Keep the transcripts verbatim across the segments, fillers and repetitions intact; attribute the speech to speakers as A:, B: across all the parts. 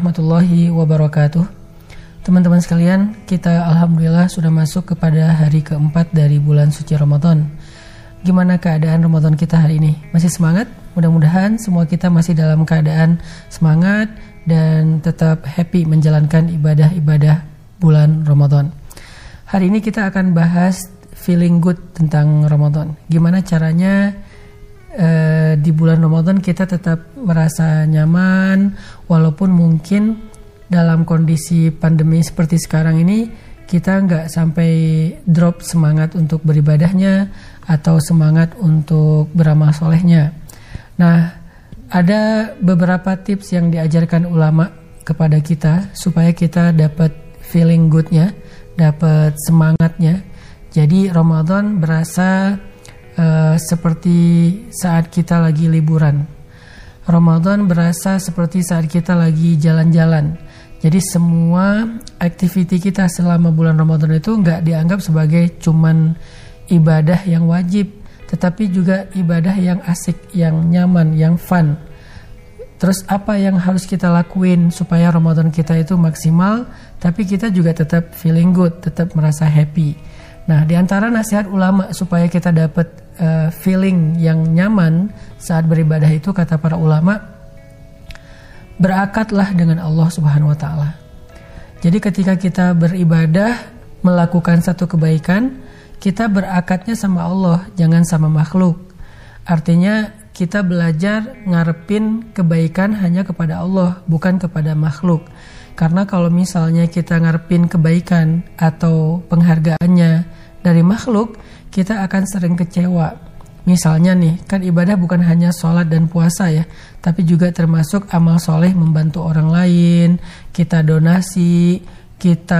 A: warahmatullahi wabarakatuh. Teman-teman sekalian, kita alhamdulillah sudah masuk kepada hari keempat dari bulan suci Ramadan. Gimana keadaan Ramadan kita hari ini? Masih semangat? Mudah-mudahan semua kita masih dalam keadaan semangat dan tetap happy menjalankan ibadah-ibadah bulan Ramadan. Hari ini kita akan bahas feeling good tentang Ramadan. Gimana caranya Uh, di bulan Ramadan kita tetap merasa nyaman walaupun mungkin dalam kondisi pandemi seperti sekarang ini kita nggak sampai drop semangat untuk beribadahnya atau semangat untuk beramal solehnya. Nah, ada beberapa tips yang diajarkan ulama kepada kita supaya kita dapat feeling good-nya, dapat semangatnya. Jadi Ramadan berasa Uh, seperti saat kita lagi liburan. Ramadan berasa seperti saat kita lagi jalan-jalan. Jadi semua aktiviti kita selama bulan Ramadan itu nggak dianggap sebagai cuman ibadah yang wajib, tetapi juga ibadah yang asik, yang nyaman, yang fun. Terus apa yang harus kita lakuin supaya Ramadan kita itu maksimal, tapi kita juga tetap feeling good, tetap merasa happy. Nah, di antara nasihat ulama supaya kita dapat uh, feeling yang nyaman saat beribadah itu, kata para ulama, berakatlah dengan Allah Subhanahu wa taala. Jadi ketika kita beribadah, melakukan satu kebaikan, kita berakatnya sama Allah, jangan sama makhluk. Artinya kita belajar ngarepin kebaikan hanya kepada Allah, bukan kepada makhluk. Karena kalau misalnya kita ngarepin kebaikan atau penghargaannya dari makhluk, kita akan sering kecewa. Misalnya nih, kan ibadah bukan hanya sholat dan puasa ya, tapi juga termasuk amal soleh membantu orang lain, kita donasi, kita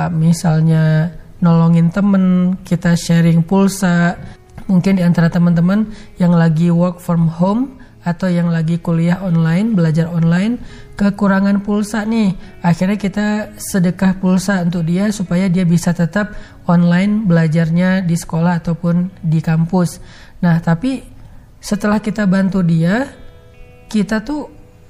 A: misalnya nolongin temen, kita sharing pulsa. Mungkin di antara teman-teman yang lagi work from home atau yang lagi kuliah online, belajar online, kekurangan pulsa nih, akhirnya kita sedekah pulsa untuk dia supaya dia bisa tetap online belajarnya di sekolah ataupun di kampus. Nah, tapi setelah kita bantu dia, kita tuh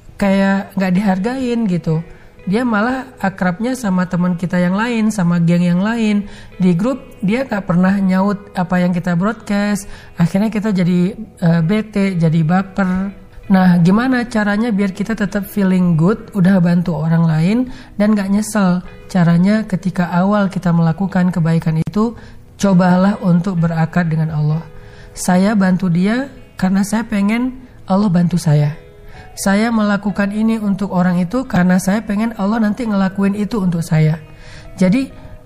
A: kayak gak dihargain gitu. Dia malah akrabnya sama teman kita yang lain, sama geng yang lain. Di grup dia gak pernah nyaut apa yang kita broadcast. Akhirnya kita jadi uh, bete, jadi baper. Nah, gimana caranya biar kita tetap feeling good, udah bantu orang lain dan gak nyesel? Caranya ketika awal kita melakukan kebaikan itu, cobalah untuk berakad dengan Allah. Saya bantu dia karena saya pengen Allah bantu saya. Saya melakukan ini untuk orang itu karena saya pengen Allah nanti ngelakuin itu untuk saya. Jadi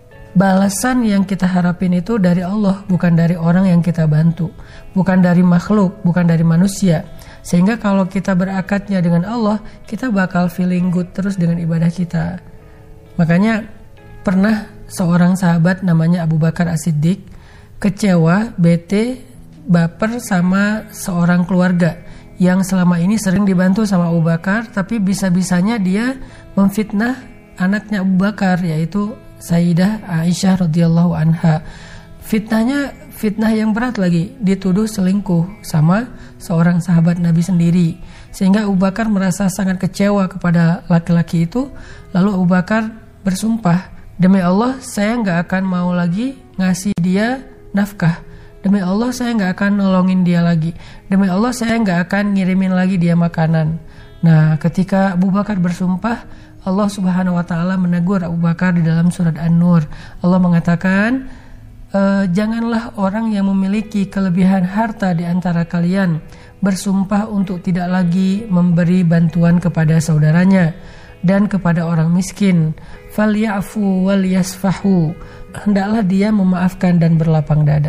A: balasan yang kita harapin itu dari Allah, bukan dari orang yang kita bantu, bukan dari makhluk, bukan dari manusia. Sehingga kalau kita berakadnya dengan Allah, kita bakal feeling good terus dengan ibadah kita. Makanya pernah seorang sahabat namanya Abu Bakar As-Siddiq kecewa, bete, baper sama seorang keluarga yang selama ini sering dibantu sama Abu Bakar, tapi bisa-bisanya dia memfitnah anaknya Abu Bakar, yaitu Sayyidah Aisyah radhiyallahu anha. Fitnahnya fitnah yang berat lagi, dituduh selingkuh sama seorang sahabat Nabi sendiri. Sehingga Abu Bakar merasa sangat kecewa kepada laki-laki itu. Lalu Abu Bakar bersumpah, demi Allah saya gak akan mau lagi ngasih dia nafkah. Demi Allah saya gak akan nolongin dia lagi. Demi Allah saya gak akan ngirimin lagi dia makanan. Nah, ketika Abu Bakar bersumpah, Allah Subhanahu wa taala menegur Abu Bakar di dalam surat An-Nur. Allah mengatakan, e, janganlah orang yang memiliki kelebihan harta di antara kalian bersumpah untuk tidak lagi memberi bantuan kepada saudaranya dan kepada orang miskin. Falyafu wal yasfahu. Hendaklah dia memaafkan dan berlapang dada.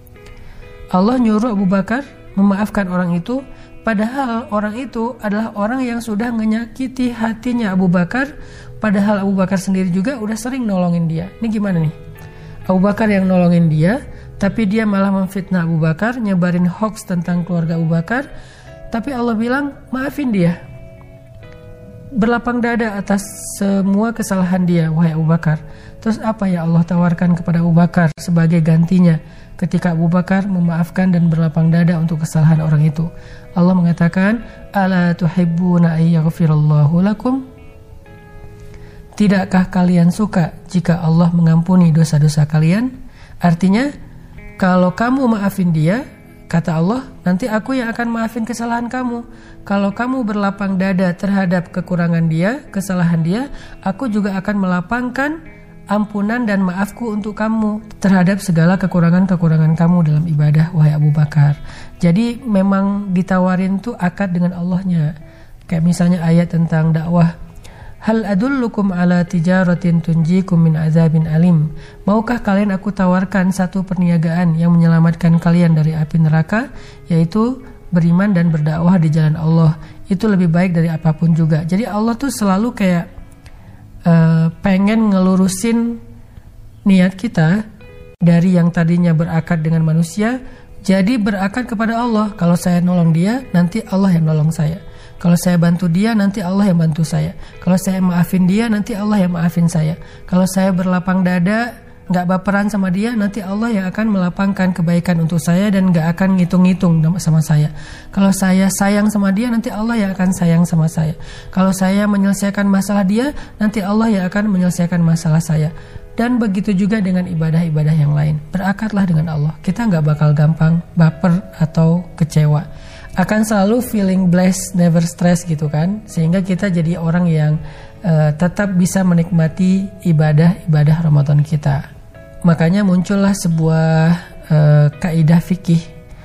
A: Allah nyuruh Abu Bakar memaafkan orang itu, padahal orang itu adalah orang yang sudah menyakiti hatinya Abu Bakar, padahal Abu Bakar sendiri juga udah sering nolongin dia. Ini gimana nih? Abu Bakar yang nolongin dia, tapi dia malah memfitnah Abu Bakar, nyebarin hoax tentang keluarga Abu Bakar, tapi Allah bilang maafin dia. Berlapang dada atas semua kesalahan dia, wahai Abu Bakar. Terus apa ya Allah tawarkan kepada Abu Bakar sebagai gantinya ketika Abu Bakar memaafkan dan berlapang dada untuk kesalahan orang itu? Allah mengatakan, ala tuhibbuna ayyaghfirallahu lakum? Tidakkah kalian suka jika Allah mengampuni dosa-dosa kalian? Artinya, kalau kamu maafin dia, kata Allah, nanti aku yang akan maafin kesalahan kamu. Kalau kamu berlapang dada terhadap kekurangan dia, kesalahan dia, aku juga akan melapangkan ampunan dan maafku untuk kamu terhadap segala kekurangan-kekurangan kamu dalam ibadah, wahai Abu Bakar. Jadi memang ditawarin tuh akad dengan Allahnya. Kayak misalnya ayat tentang dakwah. Hal adullukum ala tijaratin tunjikum min azabin alim. Maukah kalian aku tawarkan satu perniagaan yang menyelamatkan kalian dari api neraka, yaitu beriman dan berdakwah di jalan Allah. Itu lebih baik dari apapun juga. Jadi Allah tuh selalu kayak uh, pengen ngelurusin niat kita dari yang tadinya berakad dengan manusia, jadi berakad kepada Allah. Kalau saya nolong dia, nanti Allah yang nolong saya. Kalau saya bantu dia, nanti Allah yang bantu saya. Kalau saya maafin dia, nanti Allah yang maafin saya. Kalau saya berlapang dada, gak baperan sama dia, nanti Allah yang akan melapangkan kebaikan untuk saya dan gak akan ngitung-ngitung sama saya. Kalau saya sayang sama dia, nanti Allah yang akan sayang sama saya. Kalau saya menyelesaikan masalah dia, nanti Allah yang akan menyelesaikan masalah saya. Dan begitu juga dengan ibadah-ibadah yang lain. Berakatlah dengan Allah. Kita gak bakal gampang baper atau kecewa. Akan selalu feeling blessed, never stress gitu kan. Sehingga kita jadi orang yang uh, tetap bisa menikmati ibadah-ibadah Ramadan kita. Makanya muncullah sebuah uh, kaidah fikih,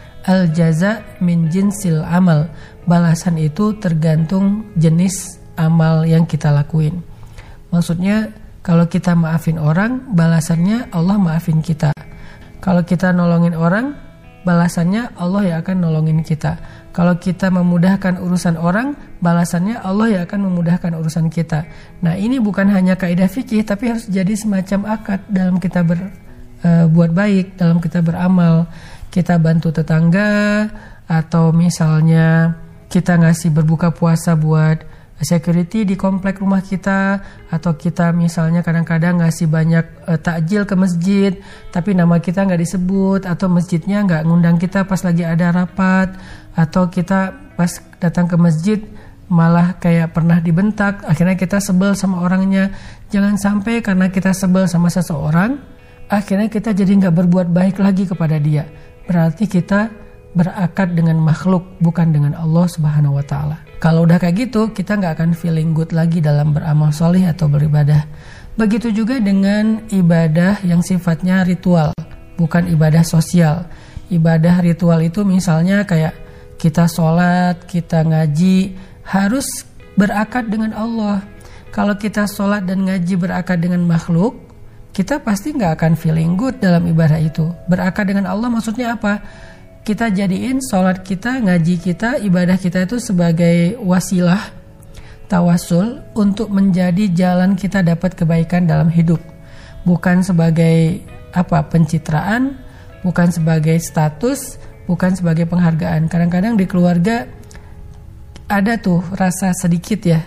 A: al jaza min jinsil amal. Balasan itu tergantung jenis amal yang kita lakuin. Maksudnya kalau kita maafin orang, balasannya Allah maafin kita. Kalau kita nolongin orang, balasannya Allah yang akan nolongin kita. Kalau kita memudahkan urusan orang, balasannya Allah yang akan memudahkan urusan kita. Nah, ini bukan hanya kaidah fikih, tapi harus jadi semacam akad dalam kita berbuat uh, baik, dalam kita beramal. Kita bantu tetangga, atau misalnya kita ngasih berbuka puasa buat security di komplek rumah kita, atau kita misalnya kadang-kadang ngasih banyak uh, takjil ke masjid, tapi nama kita nggak disebut, atau masjidnya nggak ngundang kita pas lagi ada rapat, atau kita pas datang ke masjid malah kayak pernah dibentak, akhirnya kita sebel sama orangnya. Jangan sampai karena kita sebel sama seseorang, akhirnya kita jadi nggak berbuat baik lagi kepada dia. Berarti kita berakad dengan makhluk, bukan dengan Allah Subhanahu wa Ta'ala. Kalau udah kayak gitu, kita nggak akan feeling good lagi dalam beramal soleh atau beribadah. Begitu juga dengan ibadah yang sifatnya ritual, bukan ibadah sosial. Ibadah ritual itu misalnya kayak kita sholat, kita ngaji, harus berakad dengan Allah. Kalau kita sholat dan ngaji berakad dengan makhluk, kita pasti nggak akan feeling good dalam ibadah itu. Berakad dengan Allah maksudnya apa? Kita jadiin sholat kita, ngaji kita, ibadah kita itu sebagai wasilah, tawasul untuk menjadi jalan kita dapat kebaikan dalam hidup. Bukan sebagai apa pencitraan, bukan sebagai status, bukan sebagai penghargaan. Kadang-kadang di keluarga ada tuh rasa sedikit ya,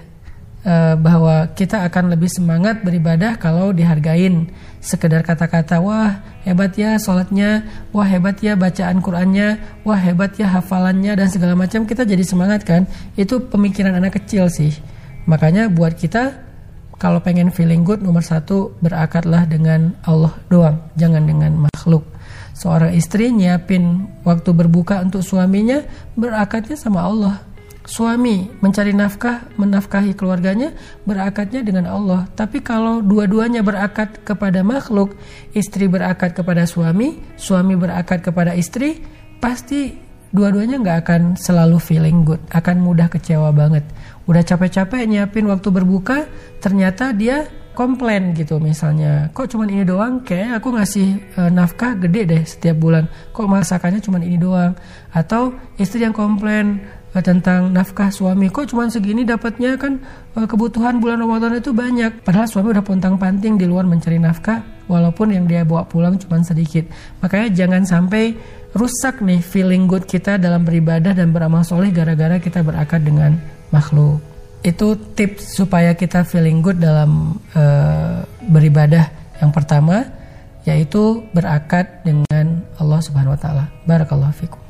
A: bahwa kita akan lebih semangat beribadah kalau dihargain. Sekedar kata-kata, wah hebat ya sholatnya, wah hebat ya bacaan Qur'annya, wah hebat ya hafalannya dan segala macam, kita jadi semangat kan. Itu pemikiran anak kecil sih. Makanya buat kita kalau pengen feeling good, nomor satu berakadlah dengan Allah doang, jangan dengan makhluk. Seorang istri nyiapin waktu berbuka untuk suaminya, berakadnya sama Allah. Suami mencari nafkah, menafkahi keluarganya, berakadnya dengan Allah. Tapi kalau dua-duanya berakad kepada makhluk, istri berakad kepada suami, suami berakad kepada istri, pasti dua-duanya gak akan selalu feeling good, akan mudah kecewa banget. Udah capek-capek nyiapin waktu berbuka, ternyata dia komplain gitu misalnya, kok cuman ini doang, kayaknya aku ngasih e, nafkah gede deh setiap bulan, kok masakannya cuman ini doang. Atau istri yang komplain tentang nafkah suami, kok cuma segini dapatnya, kan kebutuhan bulan Ramadan itu banyak, padahal suami udah pontang-panting di luar mencari nafkah walaupun yang dia bawa pulang cuma sedikit. Makanya jangan sampai rusak nih feeling good kita dalam beribadah dan beramal soleh gara-gara kita berakad dengan makhluk. Itu tips supaya kita feeling good dalam uh, beribadah. Yang pertama yaitu berakad dengan Allah Subhanahu wa Ta'ala. Barakallahu fikum.